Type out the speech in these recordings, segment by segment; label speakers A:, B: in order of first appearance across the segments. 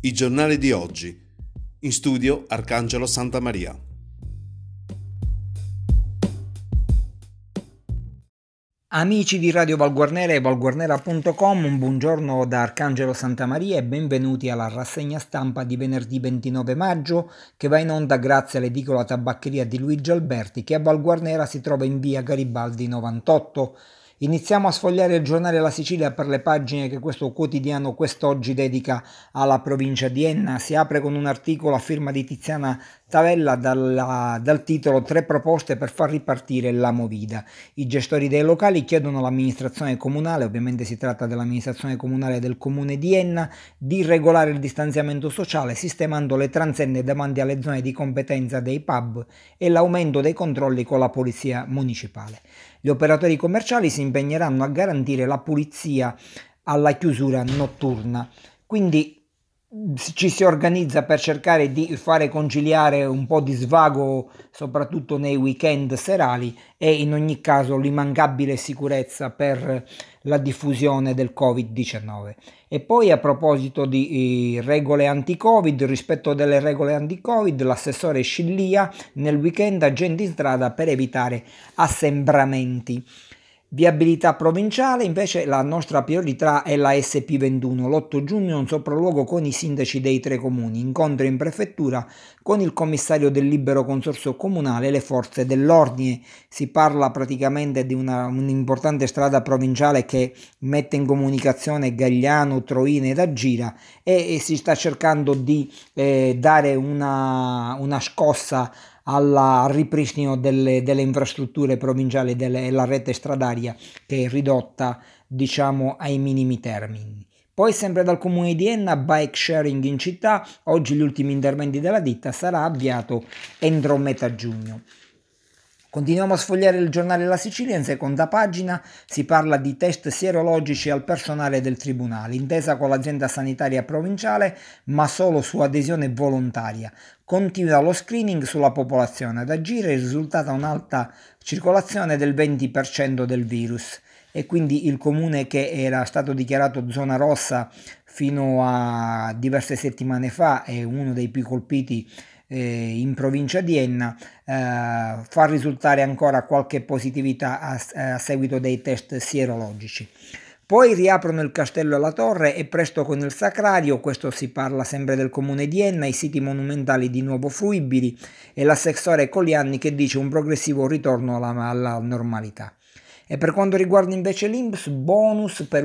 A: I giornali di oggi. In studio Arcangelo Santamaria.
B: Amici di Radio Valguarnera e valguarnera.com, un buongiorno da Arcangelo Santamaria e benvenuti alla rassegna stampa di venerdì 29 maggio che va in onda grazie all'edicola tabaccheria di Luigi Alberti che a Valguarnera si trova in via Garibaldi 98. Iniziamo a sfogliare il giornale La Sicilia per le pagine che questo quotidiano quest'oggi dedica alla provincia di Enna. Si apre con un articolo a firma di Tiziana Tavella dal titolo 3 proposte per far ripartire la Movida. I gestori dei locali chiedono all'amministrazione comunale, ovviamente si tratta dell'amministrazione comunale del comune di Enna, di regolare il distanziamento sociale sistemando le transenne davanti alle zone di competenza dei pub e l'aumento dei controlli con la polizia municipale. Gli operatori commerciali si impegneranno a garantire la pulizia alla chiusura notturna. Quindi ci si organizza per cercare di fare conciliare un po' di svago, soprattutto nei weekend serali, e in ogni caso l'immancabile sicurezza per la diffusione del Covid-19. E poi a proposito di regole anti-Covid, rispetto delle regole anti-Covid, l'assessore Scillia nel weekend agenti in strada per evitare assembramenti. Viabilità provinciale, invece la nostra priorità è la SP21. L'8 giugno un sopralluogo con i sindaci dei 3 comuni, incontro in prefettura con il commissario del libero consorzio comunale e le forze dell'ordine. Si parla praticamente di un'importante strada provinciale che mette in comunicazione Gagliano, Troina ed Agira e si sta cercando di dare una scossa al ripristino delle infrastrutture provinciali e la rete stradaria che è ridotta ai minimi termini. Poi sempre dal comune di Enna, bike sharing in città, oggi gli ultimi interventi della ditta sarà avviato entro metà giugno. Continuiamo a sfogliare il giornale La Sicilia, in seconda pagina si parla di test sierologici al personale del tribunale, intesa con l'azienda sanitaria provinciale ma solo su adesione volontaria. Continua lo screening sulla popolazione, ad agire è risultata un'alta circolazione del 20% del virus e quindi il comune che era stato dichiarato zona rossa fino a diverse settimane fa è uno dei più colpiti in provincia di Enna, fa risultare ancora qualche positività a seguito dei test sierologici. Poi riaprono il castello e la torre e presto con il sacrario, questo si parla sempre del comune di Enna, i siti monumentali di nuovo fruibili e l'assessore Colianni che dice un progressivo ritorno alla normalità. E per quanto riguarda invece l'INPS, bonus per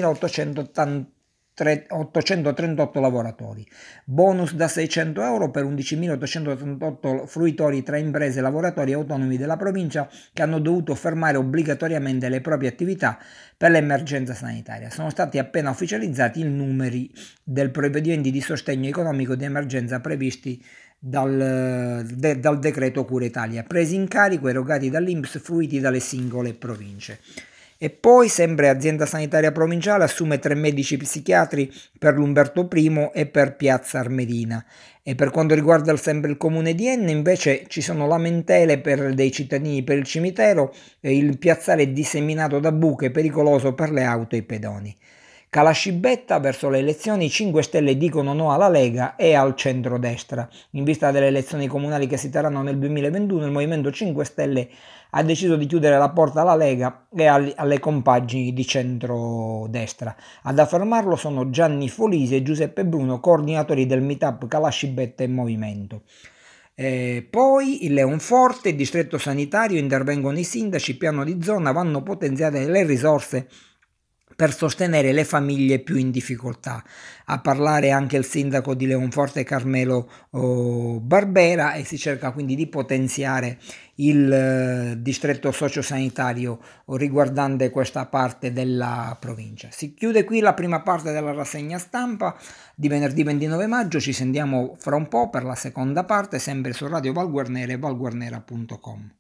B: 11.838 lavoratori, bonus da 600 euro per 11.838 fruitori tra imprese e lavoratori autonomi della provincia che hanno dovuto fermare obbligatoriamente le proprie attività per l'emergenza sanitaria. Sono stati appena ufficializzati i numeri del provvedimenti di sostegno economico di emergenza previsti dal decreto Cura Italia, presi in carico erogati dall'INPS fruiti dalle singole province. E poi sempre azienda sanitaria provinciale assume 3 medici psichiatri per l'Umberto I e per Piazza Armerina. E per quanto riguarda sempre il comune di Enna invece ci sono lamentele dei cittadini per il cimitero e il piazzale è disseminato da buche, pericoloso per le auto e i pedoni. Calascibetta, verso le elezioni, i 5 Stelle dicono no alla Lega e al centrodestra. In vista delle elezioni comunali che si terranno nel 2021, il Movimento 5 Stelle ha deciso di chiudere la porta alla Lega e alle compagini di centrodestra. Ad affermarlo sono Gianni Folisi e Giuseppe Bruno, coordinatori del Meetup Calascibetta e Movimento. Poi il Leonforte, distretto sanitario, intervengono i sindaci, piano di zona, vanno potenziate le risorse per sostenere le famiglie più in difficoltà. A parlare anche il sindaco di Leonforte Carmelo Barbera e si cerca quindi di potenziare il distretto sociosanitario riguardante questa parte della provincia. Si chiude qui la prima parte della rassegna stampa di venerdì 29 maggio, ci sentiamo fra un po' per la seconda parte sempre su Radio Valguarnera e valguarnera.com.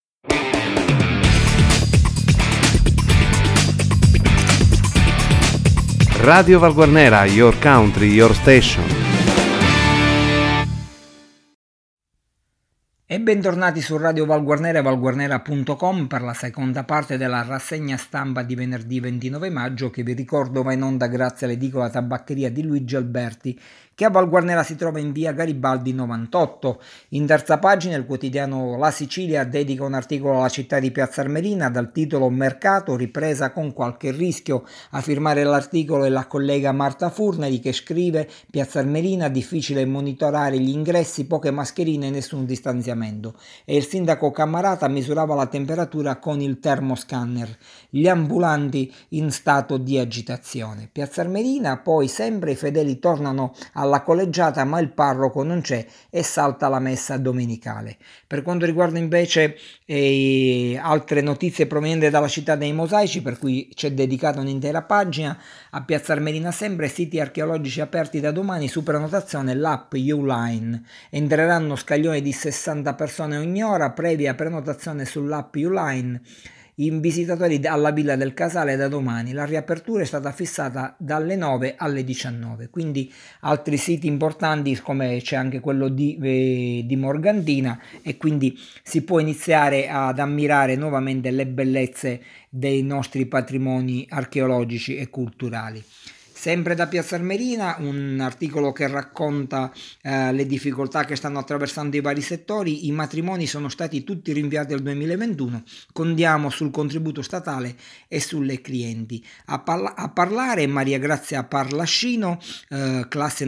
C: Radio Valguarnera, your country, your station.
B: E bentornati su Radio Valguarnera e valguarnera.com per la seconda parte della rassegna stampa di venerdì 29 maggio che vi ricordo va in onda grazie all'edicola tabaccheria di Luigi Alberti che a Valguarnera si trova in via Garibaldi 98. In terza pagina il quotidiano La Sicilia dedica un articolo alla città di Piazza Armerina dal titolo Mercato ripresa con qualche rischio. A firmare l'articolo è la collega Marta Furneri che scrive Piazza Armerina difficile monitorare gli ingressi, poche mascherine e nessun distanziamento. E il sindaco Cammarata misurava la temperatura con il termoscanner. Gli ambulanti in stato di agitazione. Piazza Armerina, poi sempre i fedeli tornano alla collegiata ma il parroco non c'è e salta la messa domenicale. Per quanto riguarda invece altre notizie provenienti dalla città dei mosaici, per cui c'è dedicata un'intera pagina, a Piazza Armerina sempre siti archeologici aperti da domani su prenotazione l'app Uline. Entreranno scaglioni di 60 persone ogni ora previa prenotazione sull'app Uline. In visitatori alla Villa del Casale da domani. La riapertura è stata fissata dalle 9 alle 19, quindi altri siti importanti come c'è anche quello di Morgantina e quindi si può iniziare ad ammirare nuovamente le bellezze dei nostri patrimoni archeologici e culturali. Sempre da Piazza Armerina un articolo che racconta le difficoltà che stanno attraversando i vari settori. I matrimoni sono stati tutti rinviati al 2021, contiamo sul contributo statale e sulle clienti. A parlare Maria Grazia Parlascino, classe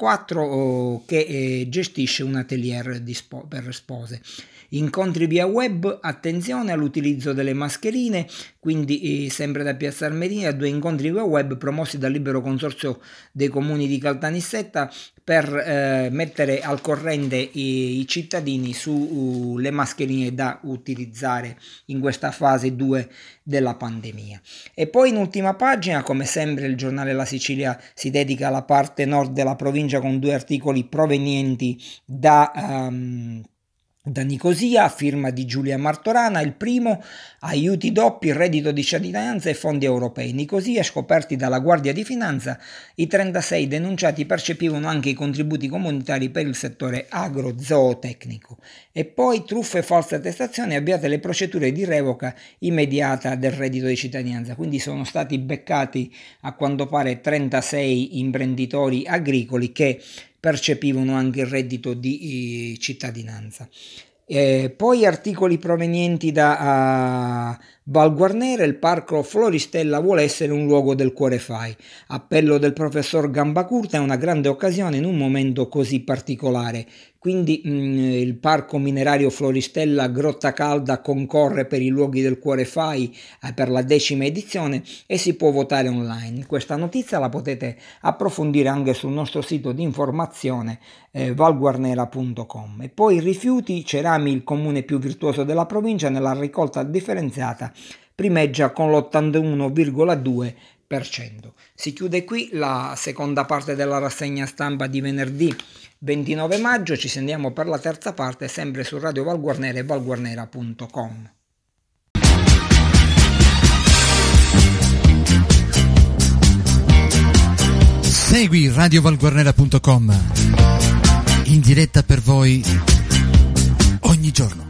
B: 94, che gestisce un atelier per spose. Incontri via web, attenzione all'utilizzo delle mascherine, quindi sempre da Piazza Armerina 2 incontri via web promossi dal libero consorzio dei comuni di Caltanissetta per mettere al corrente i cittadini sulle mascherine da utilizzare in questa fase 2 della pandemia. E poi in ultima pagina, come sempre, il giornale La Sicilia si dedica alla parte nord della provincia con 2 articoli provenienti da Nicosia, a firma di Giulia Martorana. Il primo, aiuti doppi, reddito di cittadinanza e fondi europei. Nicosia, scoperti dalla Guardia di Finanza, i 36 denunciati percepivano anche i contributi comunitari per il settore agrozootecnico. E poi truffe e false attestazioni, avviate le procedure di revoca immediata del reddito di cittadinanza. Quindi sono stati beccati a quanto pare 36 imprenditori agricoli che percepivano anche il reddito di cittadinanza. Poi articoli provenienti da Valguarnera, il parco Floristella vuole essere un luogo del cuore fai. Appello del professor Gambacurta è una grande occasione in un momento così particolare. Quindi il parco minerario Floristella Grotta Calda concorre per i luoghi del cuore fai per la 10ª edizione e si può votare online. Questa notizia la potete approfondire anche sul nostro sito di informazione valguarnera.com. E poi rifiuti, Cerami, il comune più virtuoso della provincia nella raccolta differenziata, primeggia con l'81,2%. Si chiude qui la seconda parte della rassegna stampa di venerdì 29 maggio, ci sentiamo per la terza parte sempre su Radio Valguarnera e valguarnera.com.
D: Segui radiovalguarnera.com in diretta per voi ogni giorno.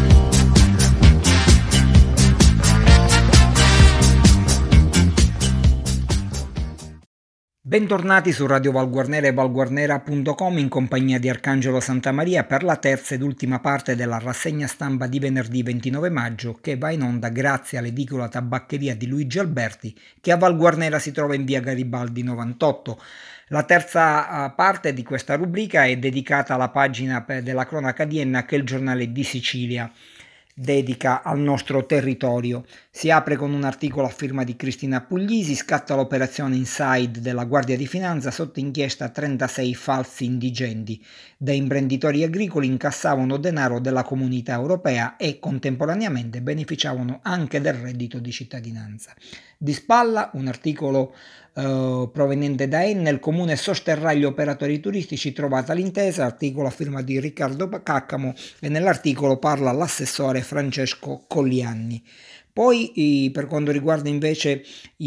B: Bentornati su Radio Valguarnera e valguarnera.com in compagnia di Arcangelo Santamaria per la terza ed ultima parte della rassegna stampa di venerdì 29 maggio che va in onda grazie all'edicola tabaccheria di Luigi Alberti che a Valguarnera si trova in via Garibaldi 98. La terza parte di questa rubrica è dedicata alla pagina della cronaca di Enna che il giornale di Sicilia dedica al nostro territorio. Si apre con un articolo a firma di Cristina Puglisi, scatta l'operazione Inside della Guardia di Finanza, sotto inchiesta 36 falsi indigenti. Da imprenditori agricoli incassavano denaro della comunità europea e contemporaneamente beneficiavano anche del reddito di cittadinanza. Di spalla un articolo proveniente da Enna, il comune sosterrà gli operatori turistici, trovata l'intesa, articolo a firma di Riccardo Caccamo e nell'articolo parla l'assessore Francesco Collianni. Poi per quanto riguarda invece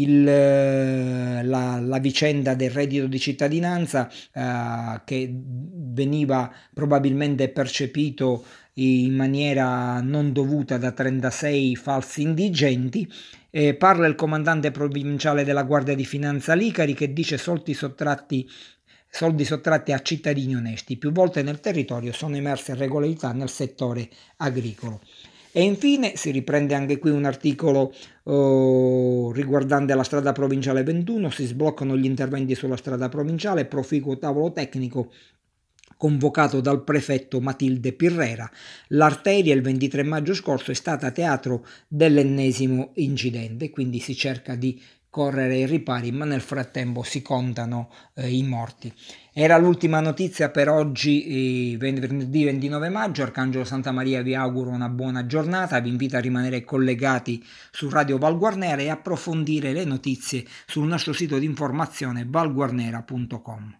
B: la vicenda del reddito di cittadinanza che veniva probabilmente percepito in maniera non dovuta da 36 falsi indigenti. Parla il comandante provinciale della Guardia di Finanza Licari, che dice soldi sottratti a cittadini onesti. Più volte nel territorio sono emerse irregolarità nel settore agricolo. E infine si riprende anche qui un articolo riguardante la strada provinciale 21, si sbloccano gli interventi sulla strada provinciale, proficuo tavolo tecnico convocato dal prefetto Matilde Pirrera. L'arteria il 23 maggio scorso è stata teatro dell'ennesimo incidente, quindi si cerca di correre ai ripari, ma nel frattempo si contano i morti. Era l'ultima notizia per oggi, venerdì 29 maggio. Arcangelo Santamaria vi auguro una buona giornata, vi invito a rimanere collegati su Radio Valguarnera e approfondire le notizie sul nostro sito di informazione valguarnera.com.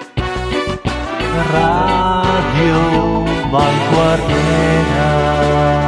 E: Radio Valguarnera.